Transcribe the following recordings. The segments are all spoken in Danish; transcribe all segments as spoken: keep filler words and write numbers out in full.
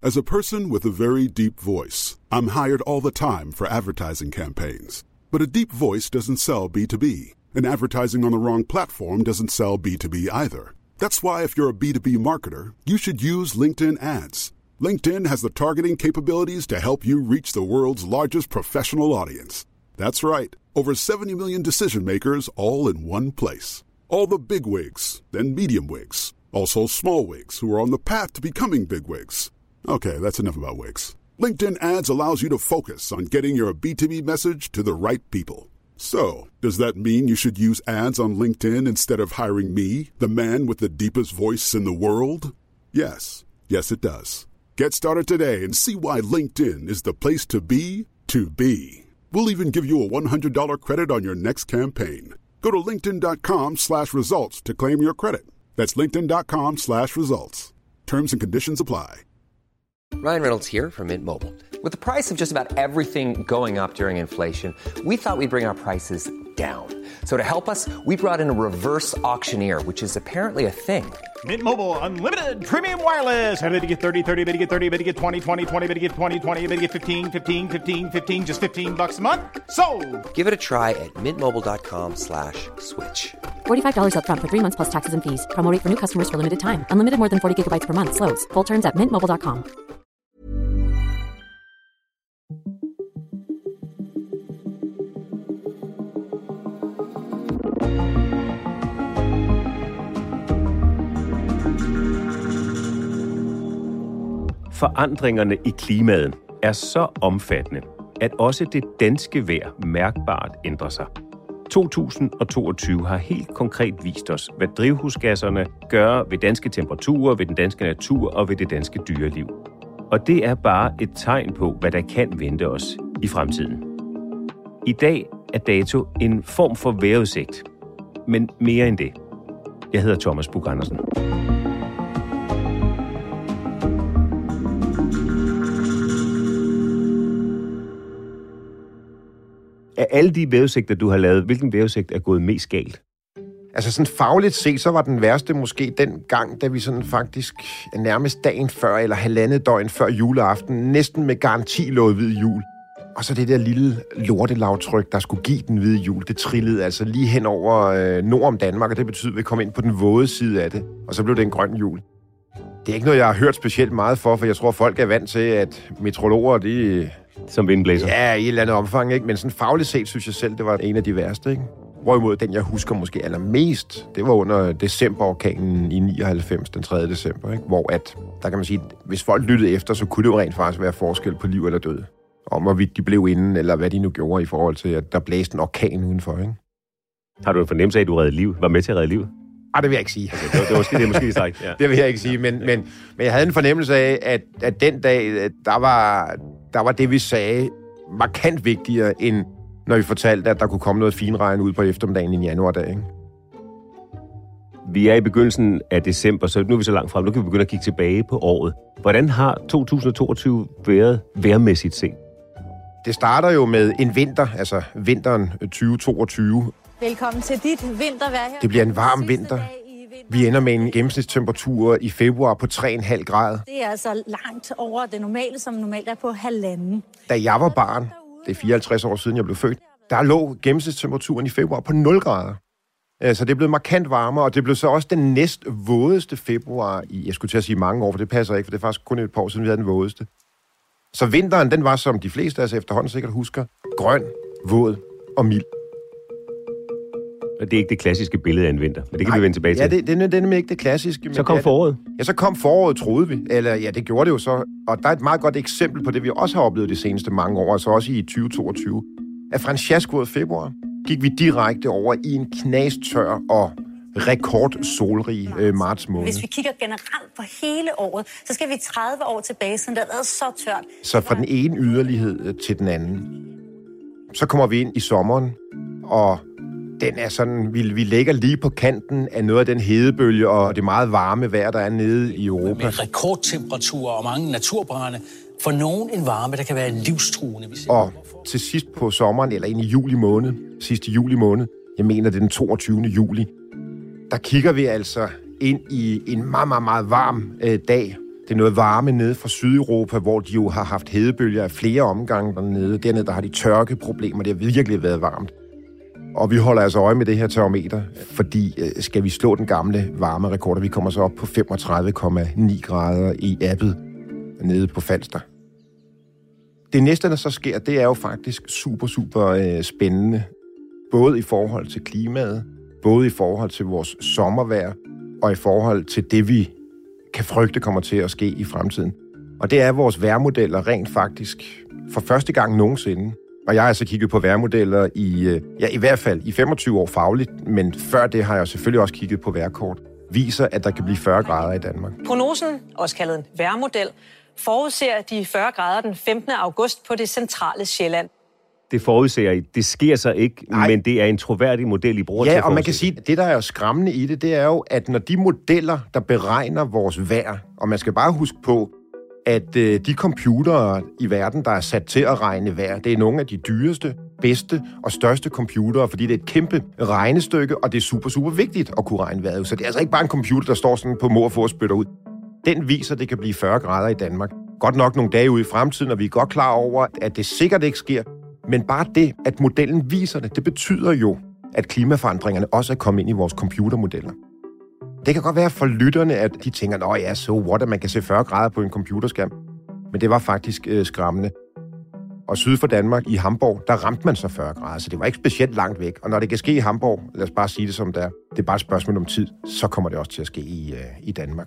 As a person with a very deep voice, I'm hired all the time for advertising campaigns. But a deep voice doesn't sell B two B, and advertising on the wrong platform doesn't sell B two B either. That's why if you're a B two B marketer, you should use LinkedIn ads. LinkedIn has the targeting capabilities to help you reach the world's largest professional audience. That's right, over seventy million decision makers all in one place. All the big wigs, then medium wigs, also small wigs who are on the path to becoming big wigs. Okay, that's enough about wigs. LinkedIn ads allows you to focus on getting your B two B message to the right people. So, does that mean you should use ads on LinkedIn instead of hiring me, the man with the deepest voice in the world? Yes. Yes, it does. Get started today and see why LinkedIn is the place to be to be. We'll even give you a one hundred dollars credit on your next campaign. Go to linkedin.com slash results to claim your credit. That's linkedin.com slash results. Terms and conditions apply. Ryan Reynolds here from Mint Mobile. With the price of just about everything going up during inflation, we thought we'd bring our prices down. So to help us, we brought in a reverse auctioneer, which is apparently a thing. Mint Mobile Unlimited Premium Wireless. How to get thirty, thirty, how to get thirty, how to get twenty, twenty, twenty, how to get twenty, twenty, how to get fifteen, fifteen, fifteen, fifteen, just fifteen bucks a month? Sold! Give it a try at mintmobile.com slash switch. forty-five dollars up front for three months plus taxes and fees. Promo rate for new customers for limited time. Unlimited more than forty gigabytes per month. Slows full terms at mint mobile dot com. Forandringerne i klimaet er så omfattende, at også det danske vejr mærkbart ændrer sig. to tusind toogtyve har helt konkret vist os, hvad drivhusgasserne gør ved danske temperaturer, ved den danske natur og ved det danske dyreliv. Og det er bare et tegn på, hvad der kan vente os i fremtiden. I dag er dato en form for vejrudsigt, men mere end det. Jeg hedder Thomas Buch-Andersen. Af alle de vejrudsigter, du har lavet, hvilken vejrudsigt er gået mest galt? Altså sådan fagligt set, så var den værste måske den gang, da vi sådan faktisk nærmest dagen før, eller halvandet døgn før juleaften, næsten med garanti lovede hvid jul. Og så det der lille lortelavtryk, der skulle give den hvide jul, det trillede altså lige hen over øh, nord om Danmark, og det betyder, at vi kom ind på den våde side af det, og så blev det en grøn jul. Det er ikke noget, jeg har hørt specielt meget for, for jeg tror, folk er vant til, at meteorologer, de... Som vindblæser. Ja, i et eller andet omfang, ikke? Men sådan fagligt set, synes jeg selv, det var en af de værste, ikke? Hvorimod den, jeg husker måske allermest, det var under decemberorkanen i nioghalvfems, den tredje december, ikke? Hvor at, der kan man sige, hvis folk lyttede efter, så kunne det jo rent faktisk være forskel på liv eller død. Om hvorvidt de blev inden, eller hvad de nu gjorde i forhold til, at der blæste en orkan udenfor, ikke? Har du en fornemmelse af, at du reddede liv? Var med til at redde liv? Ah, det vil jeg ikke sige. Okay, det, var, det var måske det, måske sagt. Ja. Det vil jeg ikke sige, men, men, men jeg havde en fornemmelse af, at, at den dag, der var, der var det, vi sagde, markant vigtigere, end når vi fortalte, at der kunne komme noget finregn ud på eftermiddagen i en januardag, ikke? Vi er i begyndelsen af december, så nu er vi så langt frem. Nu kan vi begynde at kigge tilbage på året. Hvordan har to tusind toogtyve været vejrmæssigt set? Det starter jo med en vinter, altså vinteren tyve toogtyve. Velkommen til dit vintervejr her. Det bliver en varm vinter. Vi ender med en gennemsnitstemperatur i februar på tre komma fem grader. Det er altså langt over det normale, som normalt er på halvanden. Da jeg var barn, det er fireoghalvtreds år siden, jeg blev født, der lå gennemsnitstemperaturen i februar på nul grader. Så det er blevet markant varmere, og det blev så også den næst vådeste februar i, jeg skulle til at sige mange år, for det passer ikke, for det er faktisk kun et par år siden, vi havde den vådeste. Så vinteren, den var, som de fleste af os efterhånden sikkert husker, grøn, våd og mild. Og det er ikke det klassiske billede af en vinter, men det kan Nej, vi vende tilbage til. Ja, det, det, det er nemlig ikke det klassiske. Så kom foråret. Ja, så kom foråret, troede vi. Eller ja, det gjorde det jo så. Og der er et meget godt eksempel på det, vi også har oplevet de seneste mange år, altså også i tyve toogtyve. At fra en sjaskvåd februar gik vi direkte over i en knastør og rekordsolrig øh, marts måned. Hvis vi kigger generelt på hele året, så skal vi tredive år tilbage, så det har været så tørt. Så fra den ene yderlighed til den anden. Så kommer vi ind i sommeren, og den er sådan, vi, vi ligger lige på kanten af noget af den hedebølge og det meget varme vejr, der er nede i Europa. Med rekordtemperaturer og mange naturbrande. For nogen en varme, der kan være livstruende. Vi ser. Og til sidst på sommeren, eller ind i juli måned, sidste juli måned, jeg mener det er den toogtyvende juli, der kigger vi altså ind i en meget, meget, meget varm øh, dag. Det Det er noget varme nede fra Sydeuropa, hvor de jo har haft hedebølger af flere omgange dernede. Dernede der har de tørkeproblemer, det har virkelig været varmt. Og vi holder altså øje med det her termometer, fordi skal vi slå den gamle varmerekord, vi kommer så op på femogtredive komma ni grader i Appet nede på Falster. Det næste, der så sker, det er jo faktisk super, super øh, spændende. Både i forhold til klimaet, både i forhold til vores sommervejr, og i forhold til det, vi kan frygte kommer til at ske i fremtiden. Og det er vores vejrmodeller rent faktisk for første gang nogensinde. Og jeg har altså kigget på vejrmodeller i, ja, i hvert fald i femogtyve år fagligt, men før det har jeg selvfølgelig også kigget på vejrkort, viser, at der kan blive fyrre grader i Danmark. Prognosen, også kaldet en vejrmodel, forudser de fyrre grader den femtende august på det centrale Sjælland. Det forudser I. Det sker så ikke, Nej. Men det er en troværdig model, I bruger ja, til at og man kan sige, at det, der er skræmmende i det, det er jo, at når de modeller, der beregner vores vejr, og man skal bare huske på, at øh, de computere i verden, der er sat til at regne vejr, det er nogle af de dyreste, bedste og største computere, fordi det er et kæmpe regnestykke, og det er super, super vigtigt at kunne regne vejret. Så det er altså ikke bare en computer, der står sådan på mor for at spytte ud. Den viser, at det kan blive fyrre grader i Danmark. Godt nok nogle dage ude i fremtiden, og vi er godt klar over, at det sikkert ikke sker. Men bare det, at modellen viser det, det betyder jo, at klimaforandringerne også er kommet ind i vores computermodeller. Det kan godt være for lytterne, at de tænker, nå ja, så what, at man kan se fyrre grader på en computerskærm. Men det var faktisk øh, skræmmende. Og syd for Danmark, i Hamborg, der ramte man så fyrre grader, så det var ikke specielt langt væk. Og når det kan ske i Hamborg, lad os bare sige det som det er, det er bare et spørgsmål om tid, så kommer det også til at ske i, øh, i Danmark.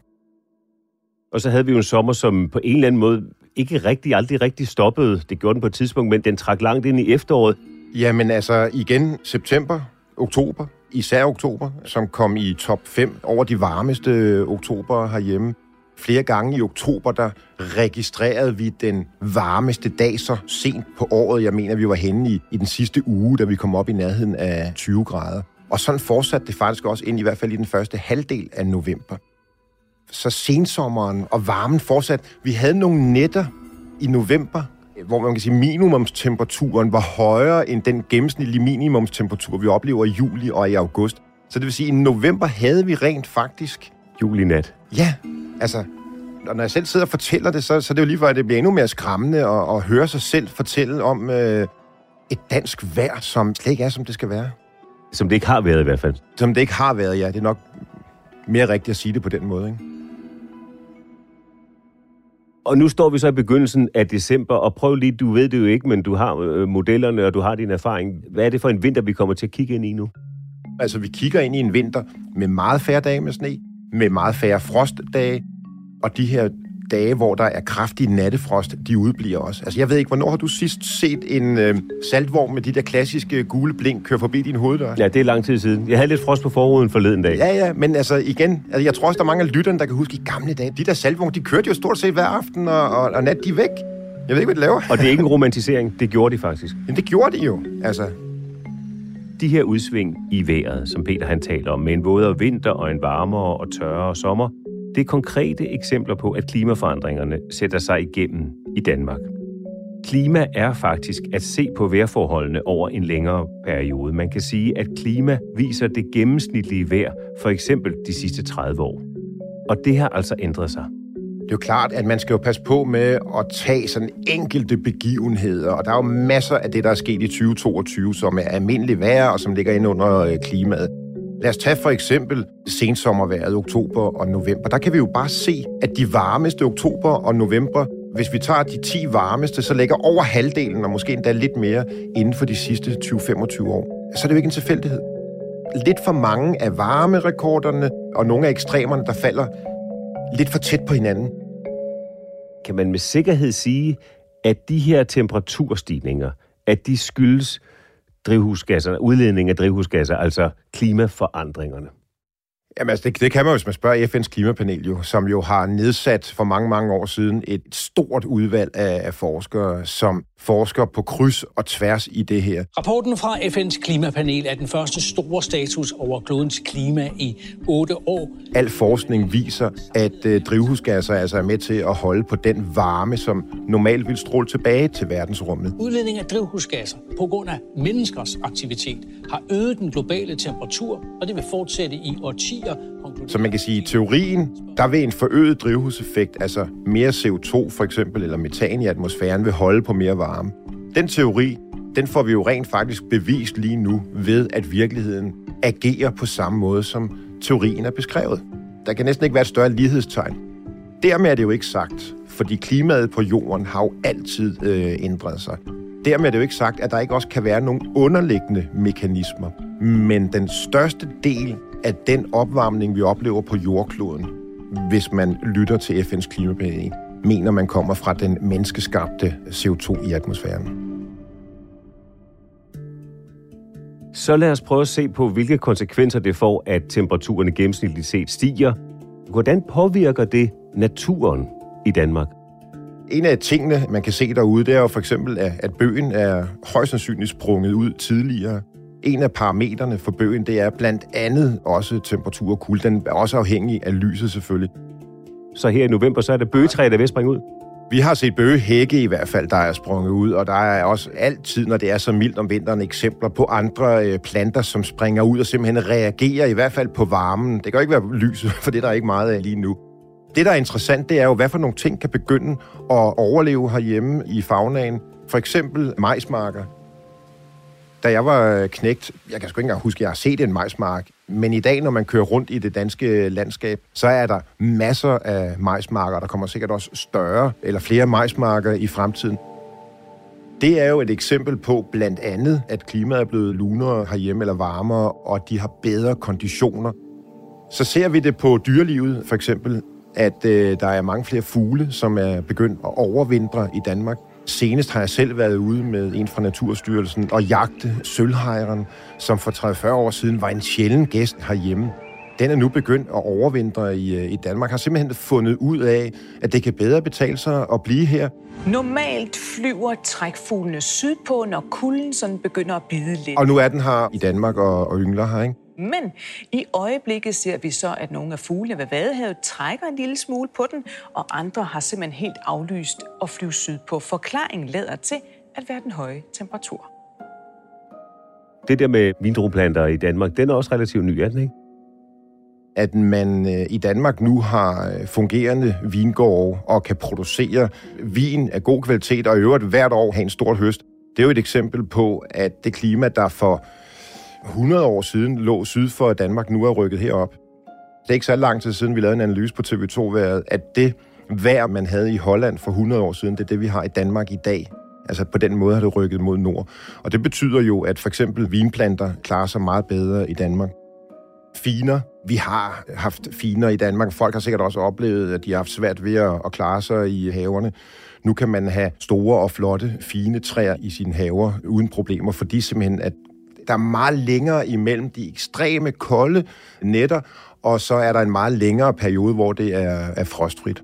Og så havde vi jo en sommer, som på en eller anden måde ikke rigtig, aldrig rigtig stoppede. Det gjorde den på et tidspunkt, men den trak langt ind i efteråret. Jamen altså igen september, oktober, især oktober, som kom i top fem over de varmeste oktober herhjemme. Flere gange i oktober, der registrerede vi den varmeste dag så sent på året. Jeg mener, vi var henne i, i den sidste uge, da vi kom op i nærheden af tyve grader. Og sådan fortsatte det faktisk også ind i hvert fald i den første halvdel af november. Så sensommeren og varmen fortsatte. Vi havde nogle nætter i november, hvor man kan sige, minimumstemperaturen var højere end den gennemsnitlige minimumstemperatur, vi oplever i juli og i august. Så det vil sige, at i november havde vi rent faktisk... Julinat. Ja, altså... Og når jeg selv sidder og fortæller det, så, så er det jo lige for, at det bliver endnu mere skræmmende at, at høre sig selv fortælle om øh, et dansk vejr, som slet ikke er, som det skal være. Som det ikke har været i hvert fald. Som det ikke har været, ja. Det er nok mere rigtigt at sige det på den måde, ikke? Og nu står vi så i begyndelsen af december, og prøv lige, du ved det jo ikke, men du har øh, modellerne, og du har din erfaring. Hvad er det for en vinter, vi kommer til at kigge ind i nu? Altså, vi kigger ind i en vinter med meget færre dage med sne, med meget færre frostdage, og de her dage, hvor der er kraftig nattefrost, de udbliver også. Altså, jeg ved ikke, hvornår har du sidst set en øh, saltvogn med de der klassiske gule blink køre forbi din hoveddør? Ja, det er lang tid siden. Jeg havde lidt frost på forruden forleden dag. Ja, ja, men altså igen, altså, jeg tror også, der er mange af lytterne, der kan huske i gamle dage. De der saltvogne, de kørte jo stort set hver aften, og, og, og nat, de er væk. Jeg ved ikke, hvad de laver. Og det er ikke en romantisering. Det gjorde de faktisk. Men det gjorde de jo, altså. De her udsving i vejret, som Peter han taler om, med en vådere vinter og en varmere og tørrere sommer, det er konkrete eksempler på, at klimaforandringerne sætter sig igennem i Danmark. Klima er faktisk at se på vejrforholdene over en længere periode. Man kan sige, at klima viser det gennemsnitlige vejr for eksempel de sidste tredive år. Og det har altså ændret sig. Det er jo klart, at man skal jo passe på med at tage sådan enkelte begivenheder, og der er jo masser af det, der er sket i tyve toogtyve, som er almindelig vejr og som ligger inde under klimaet. Lad os tage for eksempel sensommervejret oktober og november. Der kan vi jo bare se, at de varmeste oktober og november, hvis vi tager de ti varmeste, så ligger over halvdelen, og måske endda lidt mere, inden for de sidste tyve til femogtyve år. Så er det jo ikke en tilfældighed. Lidt for mange af varmerekorderne og nogle af ekstremerne, der falder lidt for tæt på hinanden. Kan man med sikkerhed sige, at de her temperaturstigninger, at de skyldes drivhusgasser, udledning af drivhusgasser, altså klimaforandringerne? Jamen altså, det, det kan man jo, hvis man spørger F N's klimapanel jo, som jo har nedsat for mange, mange år siden et stort udvalg af, af forskere, som forsker på kryds og tværs i det her. Rapporten fra F N's klimapanel er den første store status over klodens klima i otte år. Al forskning viser, at øh, drivhusgasser altså er med til at holde på den varme, som normalt vil stråle tilbage til verdensrummet. Udledning af drivhusgasser på grund af menneskers aktivitet har øget den globale temperatur, og det vil fortsætte i årtier, konkluderer Så man kan sige, at i teorien, der vil en forøget drivhuseffekt, altså mere C O to for eksempel, eller metan i atmosfæren, vil holde på mere varme. Den teori, den får vi jo rent faktisk bevist lige nu ved, at virkeligheden agerer på samme måde, som teorien er beskrevet. Der kan næsten ikke være et større lighedstegn. Dermed er det jo ikke sagt, fordi klimaet på jorden har jo altid øh, ændret sig. Dermed er det jo ikke sagt, at der ikke også kan være nogle underliggende mekanismer. Men den største del af den opvarmning, vi oplever på jordkloden, hvis man lytter til F N's klimapanel, mener man kommer fra den menneskeskabte C O to i atmosfæren. Så lad os prøve at se på, hvilke konsekvenser det får, at temperaturen gennemsnitligt set stiger. Hvordan påvirker det naturen i Danmark? En af tingene, man kan se derude, det er jo for eksempel, at bøgen er højst sandsynligt sprunget ud tidligere. En af parametrene for bøgen, det er blandt andet også temperatur og kulde. Den er også afhængig af lyset selvfølgelig. Så her i november, så er det bøgetræer, der vil springe ud? Vi har set bøgehække i hvert fald, der er sprunget ud, og der er også altid, når det er så mildt om vinteren, eksempler på andre planter, som springer ud og simpelthen reagerer i hvert fald på varmen. Det kan jo ikke være lyset, for det er der ikke meget af lige nu. Det, der er interessant, det er jo, hvad for nogle ting kan begynde at overleve herhjemme i faunaen. For eksempel majsmarker. Da jeg var knægt, jeg kan sgu ikke engang huske, at jeg har set en majsmark, men i dag, når man kører rundt i det danske landskab, så er der masser af majsmarker. Der kommer sikkert også større eller flere majsmarker i fremtiden. Det er jo et eksempel på blandt andet, at klimaet er blevet lunere herhjemme eller varmere, og de har bedre konditioner. Så ser vi det på dyrelivet for eksempel, at øh, der er mange flere fugle, som er begyndt at overvintre i Danmark. Senest har jeg selv været ude med en fra Naturstyrelsen og jagte sølvhejren, som for tredive til fyrre år siden var en sjælden gæst herhjemme. Den er nu begyndt at overvintre i, i Danmark, har simpelthen fundet ud af, at det kan bedre betale sig at blive her. Normalt flyver trækfuglene sydpå, når kulden sådan begynder at bide lidt. Og nu er den her i Danmark og, og yngler her, ikke? Men i øjeblikket ser vi så, at nogle af fuglene ved Vadehavet trækker en lille smule på den, og andre har simpelthen helt aflyst at flyve sydpå. Forklaringen lader til at være den høje temperatur. Det der med vindrueplanter i Danmark, den er også relativt ny, er den ikke? At man øh, i Danmark nu har fungerende vingårde og kan producere vin af god kvalitet, og i øvrigt hvert år have en stor høst. Det er jo et eksempel på, at det klima, der for hundrede år siden lå syd for Danmark, nu er rykket herop. Det er ikke så lang tid siden, vi lavede en analyse på T V to-vejret, at det vejr, man havde i Holland for hundrede år siden, det er det, vi har i Danmark i dag. Altså på den måde har det rykket mod nord. Og det betyder jo, at for eksempel vinplanter klarer sig meget bedre i Danmark. Finer. Vi har haft finer i Danmark. Folk har sikkert også oplevet, at de har haft svært ved at klare sig i haverne. Nu kan man have store og flotte, fine træer i sine haver uden problemer, fordi simpelthen, at der er meget længere imellem de ekstreme kolde nætter, og så er der en meget længere periode, hvor det er, er frostfrit.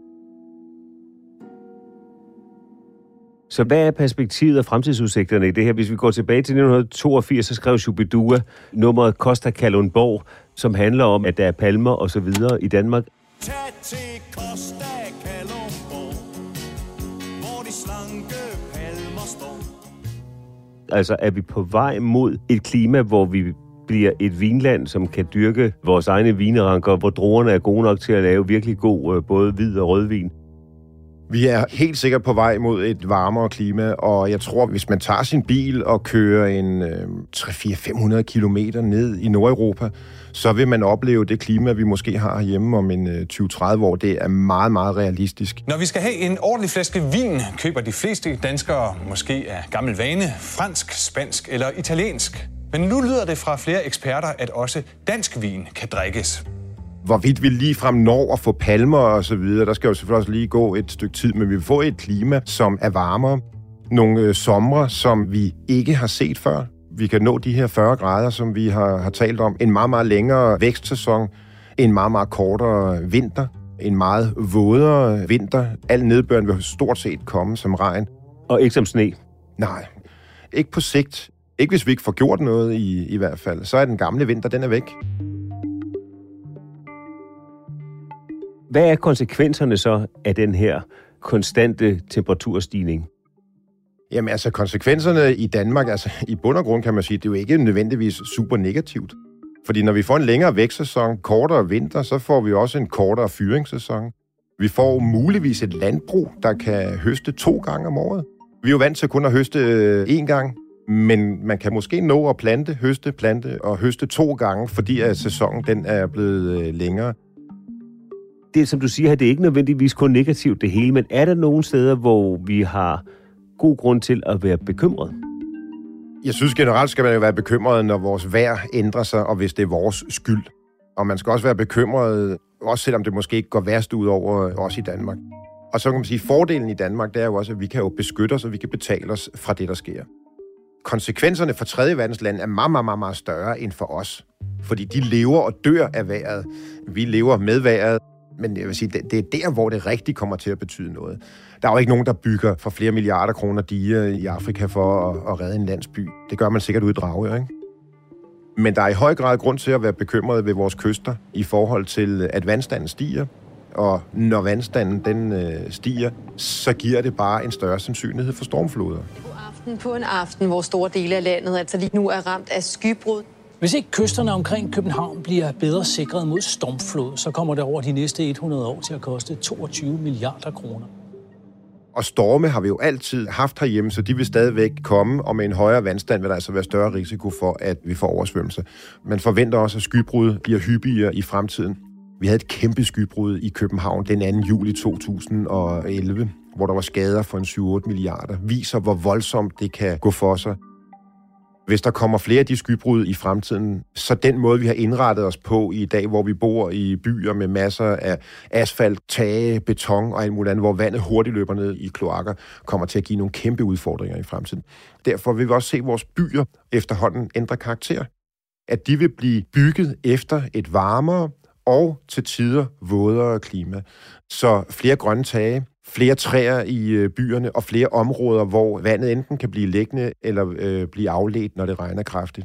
Så hvad er perspektivet og fremtidsudsigterne i det her? Hvis vi går tilbage til nitten toogfirs, så skrev Shubidua nummeret Costa Kalundborg, som handler om, at der er palmer og så videre i Danmark. Tag til Costa Kalundborg, hvor de slanke palmer står. Altså er vi på vej mod et klima, hvor vi bliver et vinland, som kan dyrke vores egne vineranker, hvor druerne er gode nok til at lave virkelig god både hvid og rødvin? Vi er helt sikkert på vej mod et varmere klima, og jeg tror, hvis man tager sin bil og kører en øh, tre hundrede til fem hundrede kilometer ned i Nordeuropa, så vil man opleve det klima, vi måske har hjemme om en øh, tyve til tredive år. Det er meget, meget realistisk. Når vi skal have en ordentlig flaske vin, køber de fleste danskere måske af gammel vane fransk, spansk eller italiensk. Men nu lyder det fra flere eksperter, at også dansk vin kan drikkes. Hvorvidt vi ligefrem når at få palmer og så videre, der skal jo selvfølgelig også lige gå et stykke tid, men vi vil få et klima, som er varmere. Nogle øh, somre, som vi ikke har set før. Vi kan nå de her fyrre grader, som vi har, har talt om. En meget, meget længere vækstsæson. En meget, meget kortere vinter. En meget vådere vinter. Al nedbøren vil stort set komme som regn. Og ikke som sne? Nej, ikke på sigt. Ikke hvis vi ikke får gjort noget i, i hvert fald. Så er den gamle vinter, den er væk. Hvad er konsekvenserne så af den her konstante temperaturstigning? Jamen altså konsekvenserne i Danmark, altså i bund og grund kan man sige, det er jo ikke nødvendigvis super negativt. Fordi når vi får en længere vækstsæson, kortere vinter, så får vi også en kortere fyringssæson. Vi får muligvis et landbrug, der kan høste to gange om året. Vi er jo vant til kun at høste én gang, men man kan måske nå at plante, høste, plante og høste to gange, fordi at sæsonen den er blevet længere. Det, som du siger her, det er ikke nødvendigvis kun negativt det hele, men er der nogle steder, hvor vi har god grund til at være bekymret? Jeg synes generelt skal man jo være bekymret, når vores vejr ændrer sig, og hvis det er vores skyld. Og man skal også være bekymret, også selvom det måske ikke går værst ud over os i Danmark. Og så kan man sige, at fordelen i Danmark, det er jo også, at vi kan jo beskytte os, og vi kan betale os fra det, der sker. Konsekvenserne for tredje verdens lande er meget, meget, meget, meget større end for os. Fordi de lever og dør af vejret. Vi lever med vejret. Men jeg vil sige, det, det er der, hvor det rigtig kommer til at betyde noget. Der er jo ikke nogen, der bygger for flere milliarder kroner diger i Afrika for at, at redde en landsby. Det gør man sikkert ud i Dragør, ikke? Men der er i høj grad grund til at være bekymret ved vores kyster i forhold til, at vandstanden stiger. Og når vandstanden den, øh, stiger, så giver det bare en større sandsynlighed for stormfloder. På en aften, hvor store dele af landet altså lige nu er ramt af skybrud. Hvis ikke kysterne omkring København bliver bedre sikret mod stormflod, så kommer det over de næste hundrede år til at koste toogtyve milliarder kroner. Og storme har vi jo altid haft herhjemme, så de vil stadigvæk komme, og med en højere vandstand vil der altså være større risiko for, at vi får oversvømmelse. Man forventer også, at skybrud bliver hyppigere i fremtiden. Vi havde et kæmpe skybrud i København den anden juli to tusind og elleve, hvor der var skader for en syv otte milliarder. Viser, hvor voldsomt det kan gå for sig. Hvis der kommer flere af de skybrud i fremtiden, så den måde, vi har indrettet os på i dag, hvor vi bor i byer med masser af asfalt, tage, beton og alt muligt andet, hvor vandet hurtigt løber ned i kloakker, kommer til at give nogle kæmpe udfordringer i fremtiden. Derfor vil vi også se vores byer efterhånden ændre karakter. At de vil blive bygget efter et varmere og til tider vådere klima. Så flere grønne tage, flere træer i byerne og flere områder, hvor vandet enten kan blive liggende eller øh, blive afledt, når det regner kraftigt.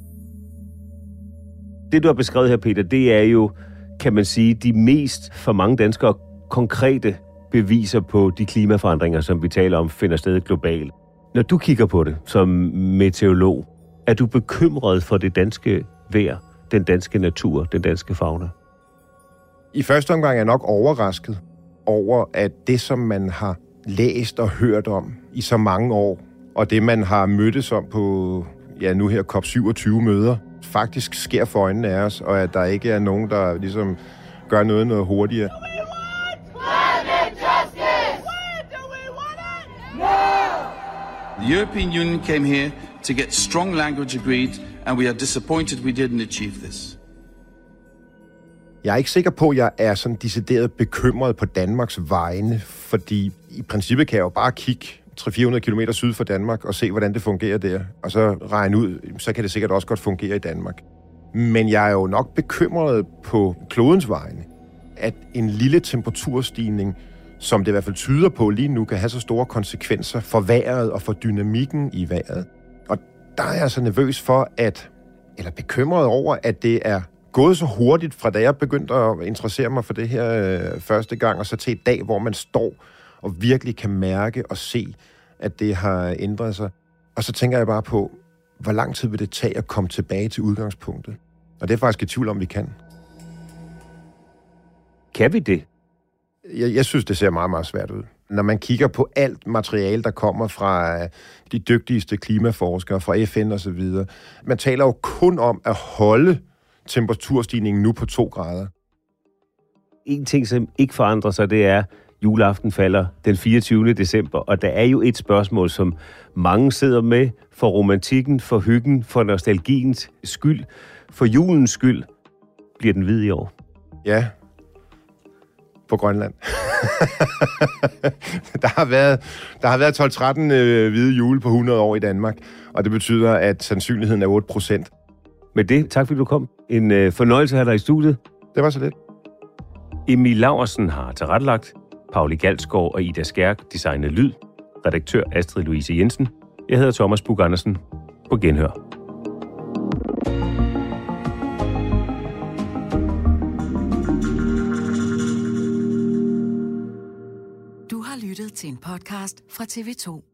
Det, du har beskrevet her, Peter, det er jo, kan man sige, de mest for mange danskere konkrete beviser på de klimaforandringer, som vi taler om, finder sted globalt. Når du kigger på det som meteorolog, er du bekymret for det danske vejr, den danske natur, den danske fauna? I første omgang er jeg nok overrasket over, at det, som man har læst og hørt om i så mange år, og det, man har mødtes om på, ja, nu her C O P syvogtyve møder, faktisk sker for øjnene af os, og at der ikke er nogen, der ligesom gør noget noget hurtigere. The European Union came here to get strong language agreed, and we are disappointed we didn't achieve this. Jeg er ikke sikker på, at jeg er sådan decideret bekymret på Danmarks vegne, fordi i princippet kan jeg jo bare kigge tre til fire hundrede kilometer syd for Danmark og se, hvordan det fungerer der, og så regne ud, så kan det sikkert også godt fungere i Danmark. Men jeg er jo nok bekymret på klodens vegne, at en lille temperaturstigning, som det i hvert fald tyder på lige nu, kan have så store konsekvenser for vejret og for dynamikken i vejret. Og der er jeg så nervøs for, at, eller bekymret over, at det er gået så hurtigt, fra da jeg begyndte at interessere mig for det her øh, første gang, og så til i dag, hvor man står og virkelig kan mærke og se, at det har ændret sig. Og så tænker jeg bare på, hvor lang tid vil det tage at komme tilbage til udgangspunktet? Og det er faktisk i tvivl om, vi kan. Kan vi det? Jeg, jeg synes, det ser meget, meget svært ud. Når man kigger på alt materiale, der kommer fra de dygtigste klimaforskere, fra F N og så videre. Man taler jo kun om at holde temperaturstigningen nu på to grader. En ting, som ikke forandrer sig, det er, juleaften falder den fireogtyvende december, og der er jo et spørgsmål, som mange sidder med for romantikken, for hyggen, for nostalgiens skyld, for julens skyld. Bliver den hvid i år? Ja, på Grønland. der har været, der har været tolv tretten øh, hvide jule på hundrede år i Danmark, og det betyder, at sandsynligheden er otte procent. Med det, tak fordi du kom. En øh, fornøjelse at have dig i studiet. Det var så lidt. Emil Laursen har tilrettelagt, Pauli Galsgaard og Ida Skærk designet lyd, redaktør Astrid Louise Jensen. Jeg hedder Thomas Bug Andersen. På genhør. Du har lyttet til en podcast fra T V to.